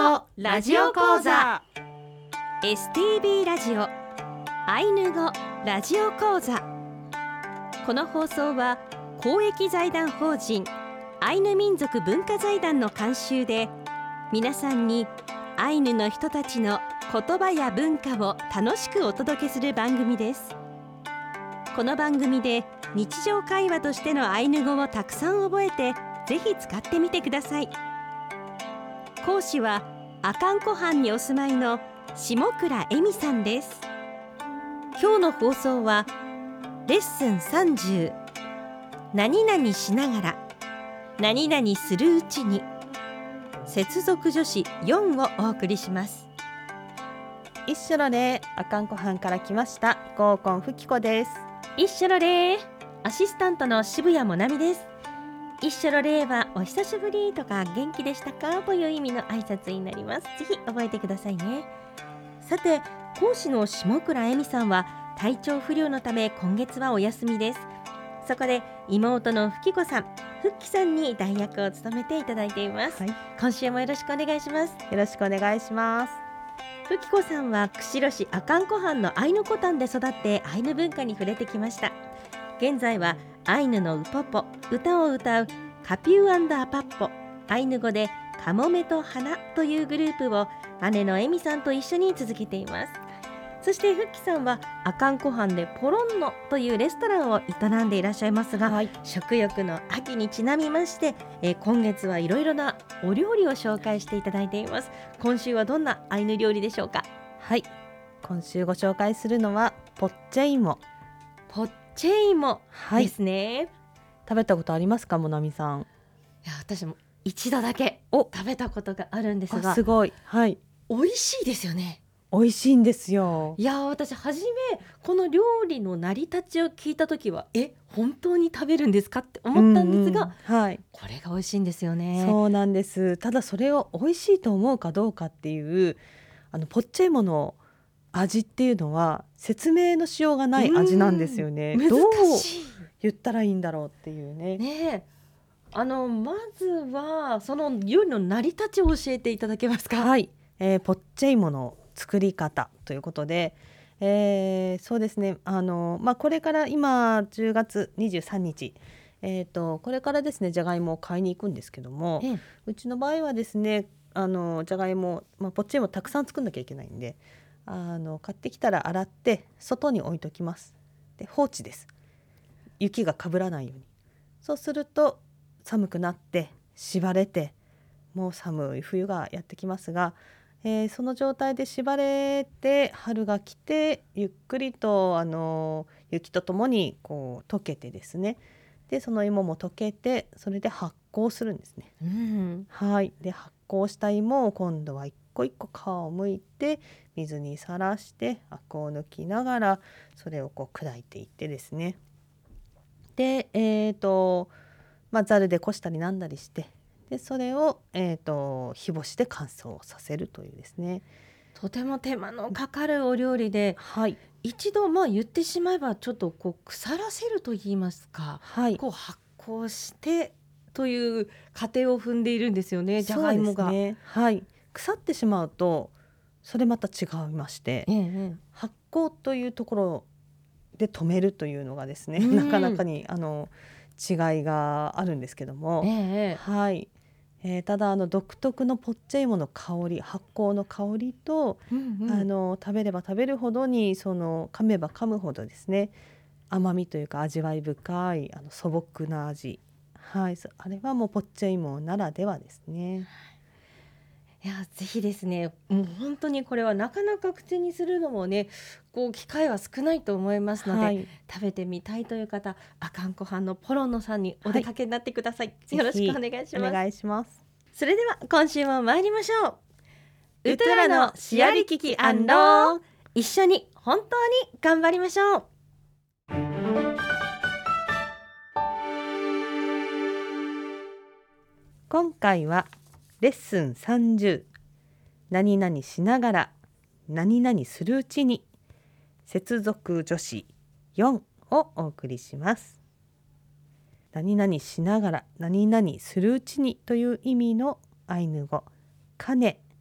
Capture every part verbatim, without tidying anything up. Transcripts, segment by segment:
語ラジオ講座 エスティービー ラジオアイヌ語ラジオ講座。この放送は公益財団法人アイヌ民族文化財団の監修で、皆さんにアイヌの人たちの言葉や文化を楽しくお届けする番組です。この番組で日常会話としてのアイヌ語をたくさん覚えて、ぜひ使ってみてください。講師は阿寒湖畔にお住まいの下倉恵美さんです。今日の放送はレッスンさんじゅう、何々しながら何々するうちに、接続助詞よんをお送りします。 一緒の例、阿寒湖畔から来ました合コンふきこです。 一緒の例、アシスタントの渋谷もなみです。一緒の例はお久しぶりとか元気でしたかという意味の挨拶になります。ぜひ覚えてくださいね。さて、講師の下倉恵美さんは体調不良のため今月はお休みです。そこで妹のふきこさん、ふっきさんに代役を務めていただいています、はい、今週もよろしくお願いします。 よろしくお願いします。 ふきこさんは釧路市阿寒湖畔のアイヌコタンで育ってアイヌ文化に触れてきました。現在はアイヌのウポポ、歌を歌うカピュー&アパッポ、アイヌ語でカモメと花というグループを姉のエミさんと一緒に続けています。そしてふっきさんは阿寒湖畔でポロンノというレストランを営んでいらっしゃいますが、はい、食欲の秋にちなみまして、えー、今月はいろいろなお料理を紹介していただいています。今週はどんなアイヌ料理でしょうか？ はい、今週ご紹介するのはポッチェイモ。 ポッチェイモですね、はい、 食べたことありますか、もなみさん？ いや、私も一度だけ食べたことがあるんですが、 すごい、はい、 美味しいですよね。 美味しいんですよ。 いや、私初めこの料理の成り立ちを聞いたときは、え、本当に食べるんですかって思ったんですが、うんうん、はい、これが美味しいんですよね。 そうなんです。ただそれを美味しいと思うかどうかっていう、あのポッチェイモの味っていうのは説明のしようがない味なんですよね。 難しい。 どう言ったらいいんだろうっていうね。 ねえ、あのまずはその料理の成り立ちを教えていただけますか？ はい、えー、ポッチェイモの作り方ということで、えー、そうですね、あの、まあ、これから今じゅうがつにじゅうさんにち、えーと、これからですねじゃがいもを買いに行くんですけども、ええ、うちの場合はですね、あのじゃがいも、まあ、ポッチェイモたくさん作んなきゃいけないんで、あの買ってきたら洗って外に置いときます。で、放置です。雪がかぶらないように。そうすると寒くなって縛れて、もう寒い冬がやってきますが、えー、その状態で縛れて春が来て、ゆっくりとあの雪とともにこう溶けてですね、でその芋も溶けて、それで発酵するんですね、うん、はい。で発酵した芋を今度は一個一個皮を剥いて水にさらしてアクを抜きながら、それをこう砕いていってですね、でえーとまあざるでこしたりなんだりして、でそれを、えーと、日干しで乾燥させるというですね、 とても手間のかかるお料理で、はい、一度まあ言ってしまえばちょっとこう腐らせると言いますか、はい、こう発酵してという過程を踏んでいるんですよね、じゃがいもが。そうですね、 はい、腐ってしまうとそれまた違いまして、ええ、発酵というところで止めるというのがですね、なかなかにあの違いがあるんですけども、ええ、はい、えー、ただあの独特のポッチェイモの香り、発酵の香りと、うんうん、あの食べれば食べるほどに、その噛めば噛むほどですね、甘みというか味わい深いあの素朴な味、はい、あれはもうポッチェイモならではですね。 いや、ぜひですね、もう本当にこれはなかなか口にするのもね、こう機会は少ないと思いますので、はい、食べてみたいという方、阿寒湖畔のポロンノさんにお出かけになってください、はい、よろしくお願いします。 お願いします。 それでは今週も参りましょう。ウトラのシアリキキアンロー、一緒に本当に頑張りましょう。 今回はレッスンさんじゅう、何々しながら何々するうちに、接続助詞よんをお送りします。何々しながら何々するうちにという意味のアイヌ語カネ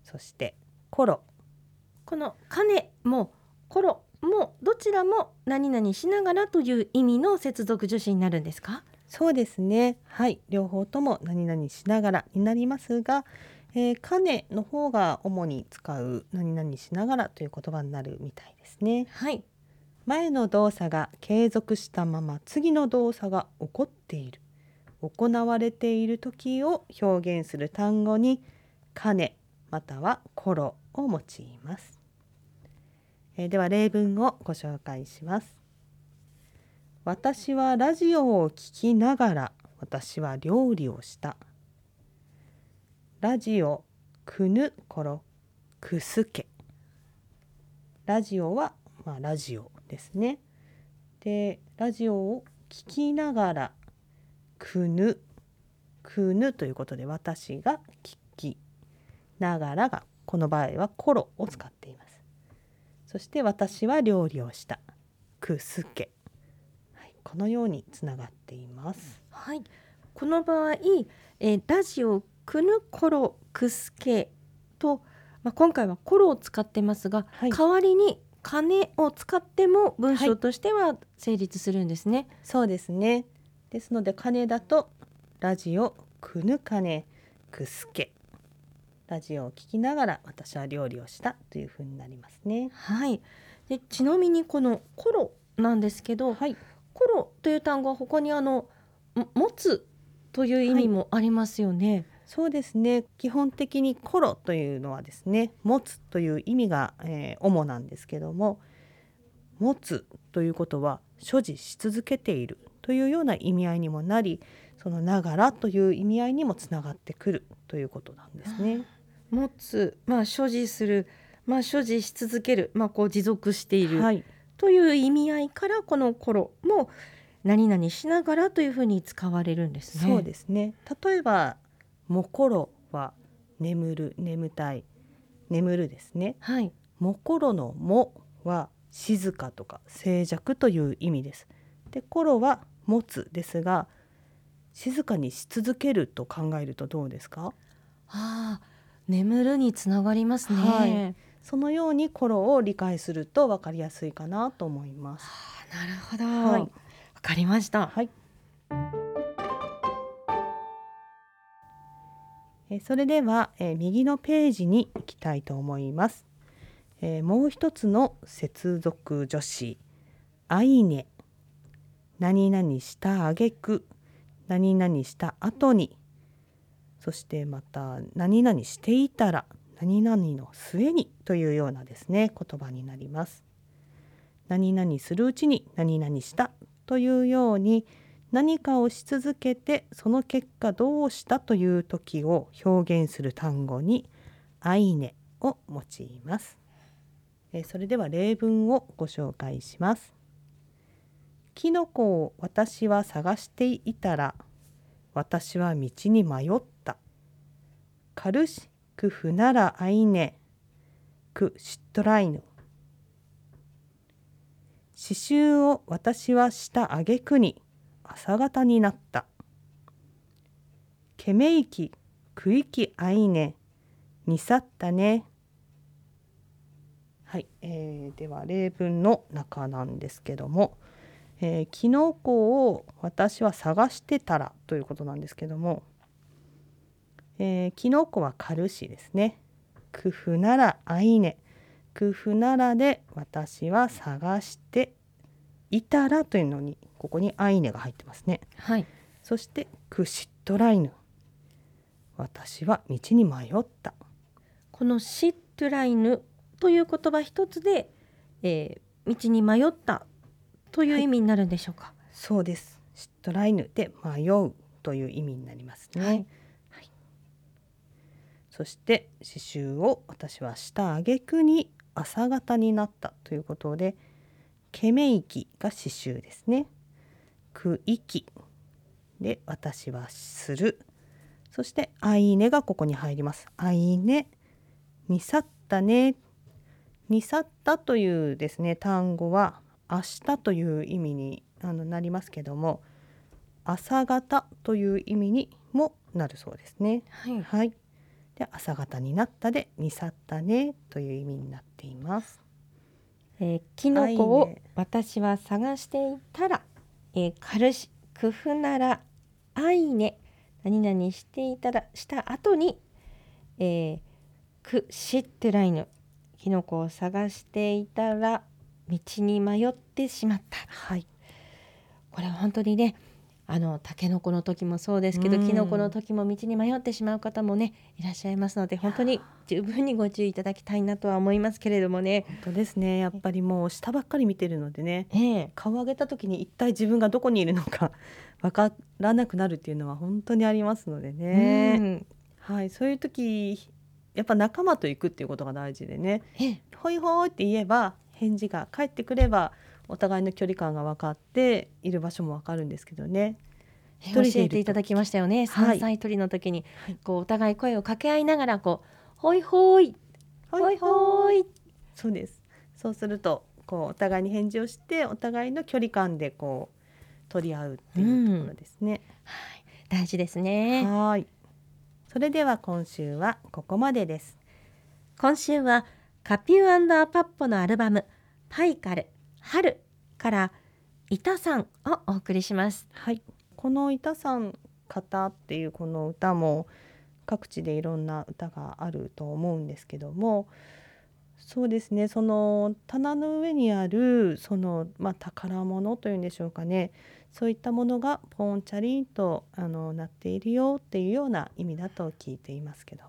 そしてコロ。 このかねもコロもどちらも何々しながらという意味の接続助詞になるんですか？ そうですね。はい、両方とも何々しながらになりますが、えー、かねの方が主に使う何々しながらという言葉になるみたいですね。 はい。 前の動作が継続したまま次の動作が起こっている、行われている時を表現する単語にかねまたはコロを用います。えー、では例文をご紹介します。私はラジオを聞きながら私は料理をした。ラジオくぬころくすけ。ラジオは、まあ、ラジオですね。でラジオを聞きながらくぬくぬということで私が聞きながらがこの場合はコロを使っています。そして私は料理をしたくすけ、はい、このようにつながっています。 はい、この場合、えー、ラジオくぬコロくすけと、まあ、今回はコロを使ってますが、 はい、 代わりにかねを使っても文章としては成立するんですね。はい、 そうですね。ですのでかねだとラジオくぬかねくすけ、ラジオを聞きながら私は料理をしたというふうになりますね。 はい。でちなみにこのコロなんですけど、 はい、 コロという単語は他にあの持つという意味もありますよね。はい、 そうですね。基本的にコロというのはですね、持つという意味が、えー、主なんですけども、持つということは所持し続けているというような意味合いにもなり、そのながらという意味合いにもつながってくるということなんですね。 持つ、まあ、所持する、まあ、所持し続ける、まあ、こう持続している、はい、という意味合いからこのコロも何々しながらというふうに使われるんですね。 そうですね。例えばもころは眠る、眠たい、眠るですね。 はい、 もころのもは静かとか静寂という意味です。でコロは持つですが、静かにし続けると考えるとどうですか？ ああ、眠るにつながりますね。はい、 そのようにコロを理解すると分かりやすいかなと思います。 あ、なるほど、はい、分かりました。 はい、えそれでは、え右のページに行きたいと思います。えー、もう一つの接続助詞あいね、何々したあげく、何々した後に、そしてまた何々していたら、何々の末にというようなですね言葉になります。何々するうちに何々したというように、何かをし続けてその結果どうしたという時を表現する単語にあいねを用います。えそれでは例文をご紹介します。キノコを私は探していたら、私は道に迷った。カルシクフならあいね、クシットライヌ。刺繍を私はしたあげくに朝方になった。けめいきくいきあいね、にさったね。はい、えー、では例文の中なんですけども、えー、キノコを私は探してたらということなんですけども、えー、キノコはカルシですね。クフならあいね、クフならで私は探していたらというのにここにあいねが入ってますね。 はい、 そしてクシットライヌ、私は道に迷った。 このシットライヌという言葉一つで、えー、道に迷ったという意味になるんでしょうか？はい、 そうです。シットライヌで迷うという意味になりますね。はいはい、そして刺繍を私はした挙句に朝方になったということで、けめいきが刺繍ですね。くいきで私はする。そしてあいねがここに入ります。あいね、にさったね。にさったというですね単語は明日という意味にあのなりますけども、朝方という意味にもなるそうですね。 はい、 はい、 で朝方になったでに去ったねという意味になっています。 えー、キノコを愛ね私は探していたら、えー、カルシクフなら愛ね何々していたらした後に、えー、クシッテライヌキノコを探していたら道に迷ってしまった。 はい、 これは本当にね、あのタケノコの時もそうですけど、 うんキノコの時も道に迷ってしまう方もねいらっしゃいますので、本当に十分にご注意いただきたいなとは思いますけれどもね。 本当ですね。やっぱりもう下ばっかり見てるのでね、 ええ顔を上げた時に一体自分がどこにいるのかわからなくなるっていうのは本当にありますのでね。 うんはい、そういう時やっぱ仲間と行くっていうことが大事でね、 ええホイホイって言えば返事が返ってくればお互いの距離感が分かっている場所も分かるんですけどね。一人でいると教えていただきましたよね。 はい山菜採りの時に、 はいこうお互い声を掛け合いながらこうホイホイホイホイ。 そうです。そうするとこうお互いに返事をしてお互いの距離感でこう取り合うっていうところですね。 はい、大事ですね。 はい。それでは今週はここまでです。 今週はカピュー&パッポのアルバムパイカル春からイタさんをお送りします。 はい。この板さん方っていうこの歌も各地でいろんな歌があると思うんですけども、そうですね、その棚の上にあるその、まあ、宝物というんでしょうかね、そういったものがポンチャリンとあのなっているよっていうような意味だと聞いていますけども。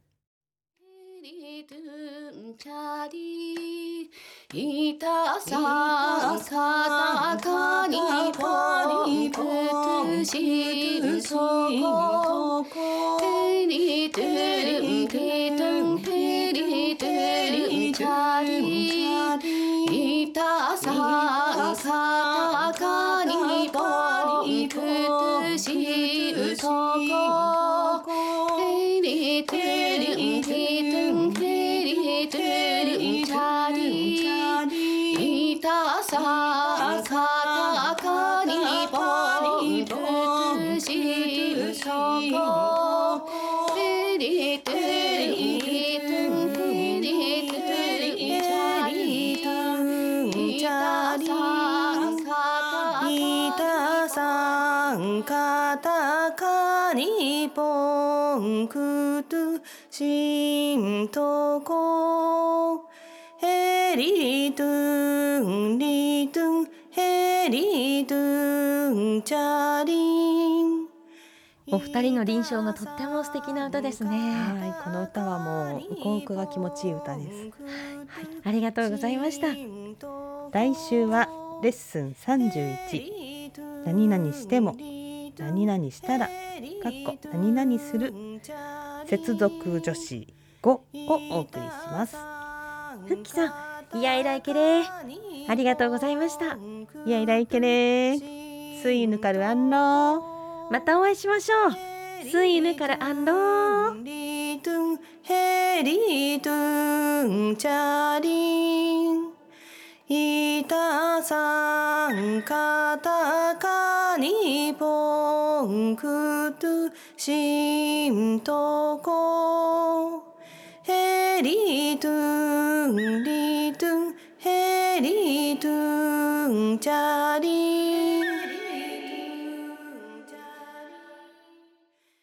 いたさんかたかにぽんくつしんそこへりとるんけとんへりとるんちゃりいたさんかたかにぽんくつしんそこへりとるんけとんへりとるんちゃりいたさんかたかにぽんくつしんそこへりとるんけとんへりとるんちゃりいたさんかいたさんかたかにぽんくつしんとこへりとんりとんへりとんちゃりん。 お二人の臨床がとっても素敵な歌ですね。 はい、この歌はもう向こう奥が気持ちいい歌です。 ありがとうございました。 来週はレッスンさんじゅういち、何々しても何々したらかっこ何々する接続助詞ごをお送りします。 ふっきさん、いやいらいけれありがとうございました。 いやいらいけれスイヌカルアンロまたお会いしましょう。スイヌからアンロー。 リトゥンヘリトゥンチャリンいたさんかたかにぽんくつしんとこヘリトゥンリトゥンヘリトゥンチャリ